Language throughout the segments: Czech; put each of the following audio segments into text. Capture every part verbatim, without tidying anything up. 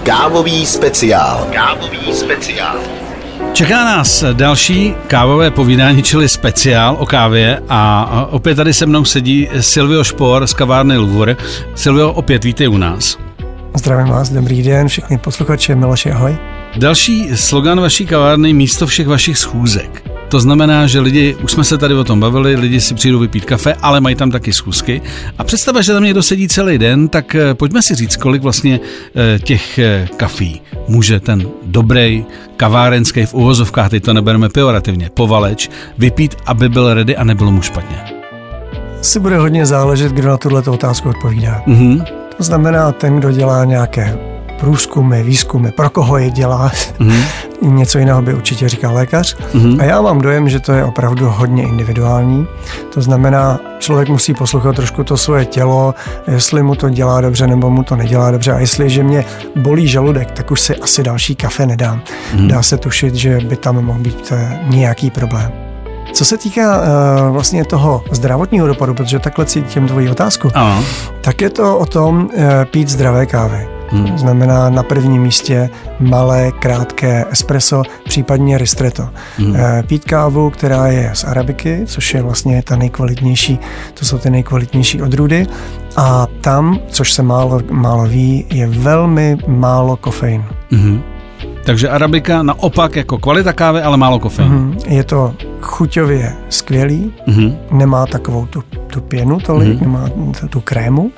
Kávový speciál. Kávový speciál. Čeká nás další kávové povídání, čili speciál o kávě a opět tady se mnou sedí Silvio Špor z kavárny Lvůr. Silvio, opět vítej u nás. Zdravím vás, dobrý den, všichni posluchači, Miloši, ahoj. Další slogan vaší kavárny: místo všech vašich schůzek. To znamená, že lidi, už jsme se tady o tom bavili, lidi si přijdou vypít kafe, ale mají tam taky schůzky. A představa, že tam někdo sedí celý den, tak pojďme si říct, kolik vlastně těch kafí může ten dobrý kavárenský, v uvozovkách, teď to nebereme pejorativně, povaleč, vypít, aby byl ready a nebylo mu špatně. Si bude hodně záležet, kdo na tuhle otázku odpovídá. Mm-hmm. To znamená ten, kdo dělá nějaké průzkumy, výzkumy, pro koho je dělá. Mm-hmm. Něco jiného by určitě říkal lékař. Mm-hmm. A já mám dojem, že to je opravdu hodně individuální. To znamená, člověk musí poslouchat trošku to svoje tělo, jestli mu to dělá dobře nebo mu to nedělá dobře. A jestliže mě bolí žaludek, tak už si asi další kafe nedám. Mm-hmm. Dá se tušit, že by tam mohl být nějaký problém. Co se týká uh, vlastně toho zdravotního dopadu, protože takhle cítím tvoji otázku, Aha. tak je to o tom uh, pít zdravé kávy. Hmm. To znamená na prvním místě malé, krátké espresso, případně ristretto. Hmm. Uh, pít kávu, která je z arabiky, což je vlastně ta nejkvalitnější, to jsou ty nejkvalitnější odrůdy. A tam, což se málo, málo ví, je velmi málo kofeinu. Hmm. Takže arabika naopak jako kvalita kávy, ale málo kofeinu. Mm-hmm. Je to chuťově skvělý, mm-hmm. nemá takovou tu, tu pěnu tolik, mm-hmm. nemá tu krému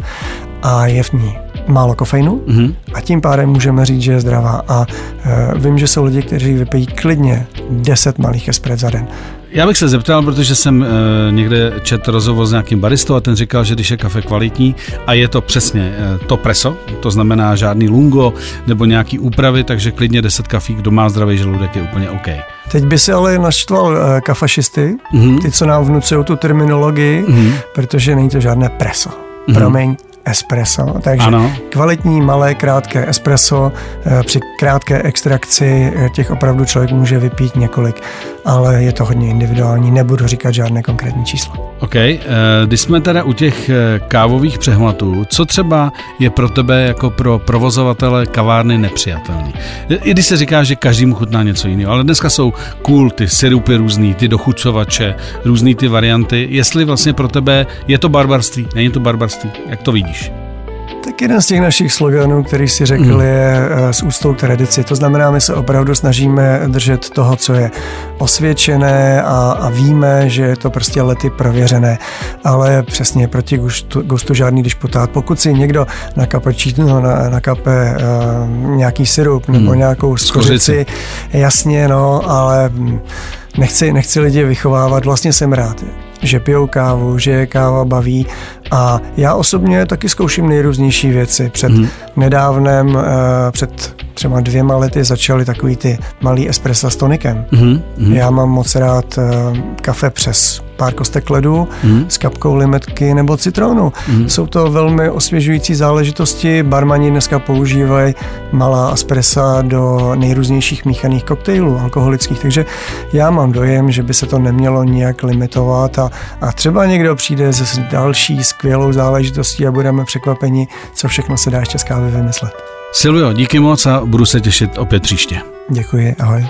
a je v ní málo kofeinu mm-hmm. a tím pádem můžeme říct, že je zdravá. A e, vím, že jsou lidi, kteří vypijí klidně deset malých espres za den. Já bych se zeptal, protože jsem e, někde četl rozhovor s nějakým baristou a ten říkal, že když je kafe kvalitní a je to přesně e, to preso, to znamená žádný lungo nebo nějaký úpravy, takže klidně deset kafí, kdo má zdravý žaludek, je úplně OK. Teď by si ale naštval e, kafašisty, mm-hmm. ty, co nám vnucují tu terminologii, mm-hmm. protože není to žádné preso. Mm-hmm. Promiň, espresso. Takže ano. Kvalitní, malé, krátké espresso, při krátké extrakci těch opravdu člověk může vypít několik, ale je to hodně individuální, nebudu říkat žádné konkrétní číslo. OK, když jsme teda u těch kávových přehmatů, co třeba je pro tebe jako pro provozovatele kavárny nepřijatelný? I když se říká, že každému chutná něco jiného, ale dneska jsou cool ty sirupy různý, ty dochucovače, různý ty varianty. Jestli vlastně pro tebe je to barbarství, není to barbarství, jak to vidíš? Tak jeden z těch našich sloganů, který si řekl, mm. je s úctou k tradici. To znamená, my se opravdu snažíme držet toho, co je osvědčené a, a víme, že je to prostě lety prověřené. Ale přesně proti gustu, gustu žádný disputát. Pokud si někdo na cappuccino na, nakape uh, nějaký sirup mm. nebo nějakou skořici, jasně, no, ale nechci, nechci lidi vychovávat. Vlastně jsem rád, že pijou kávu, že je káva baví a já osobně taky zkouším nejrůznější věci. Před mm. nedávnem, před třeba dvěma lety začaly takový ty malý espressa s tonikem. Mm. Já mám moc rád kafe přes pár kostek ledu mm. s kapkou limetky nebo citronu. Mm. Jsou to velmi osvěžující záležitosti. Barmani dneska používají malá espressa do nejrůznějších míchaných koktejlů alkoholických, takže já mám dojem, že by se to nemělo nijak limitovat a, a třeba někdo přijde se další skvělou záležitostí a budeme překvapeni, co všechno se dá ještě z kávy vymyslet. Silvio, díky moc a budu se těšit opět příště. Děkuji, ahoj.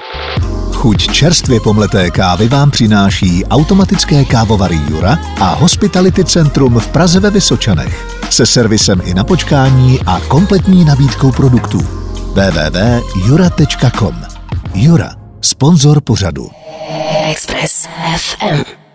Chuť čerstvě pomleté kávy vám přináší automatické kávovary Jura a Hospitality Centrum v Praze ve Vysočanech se servisem i na počkání a kompletní nabídkou produktů. w w w tečka jura tečka com. Jura, sponzor pořadu. Express F M.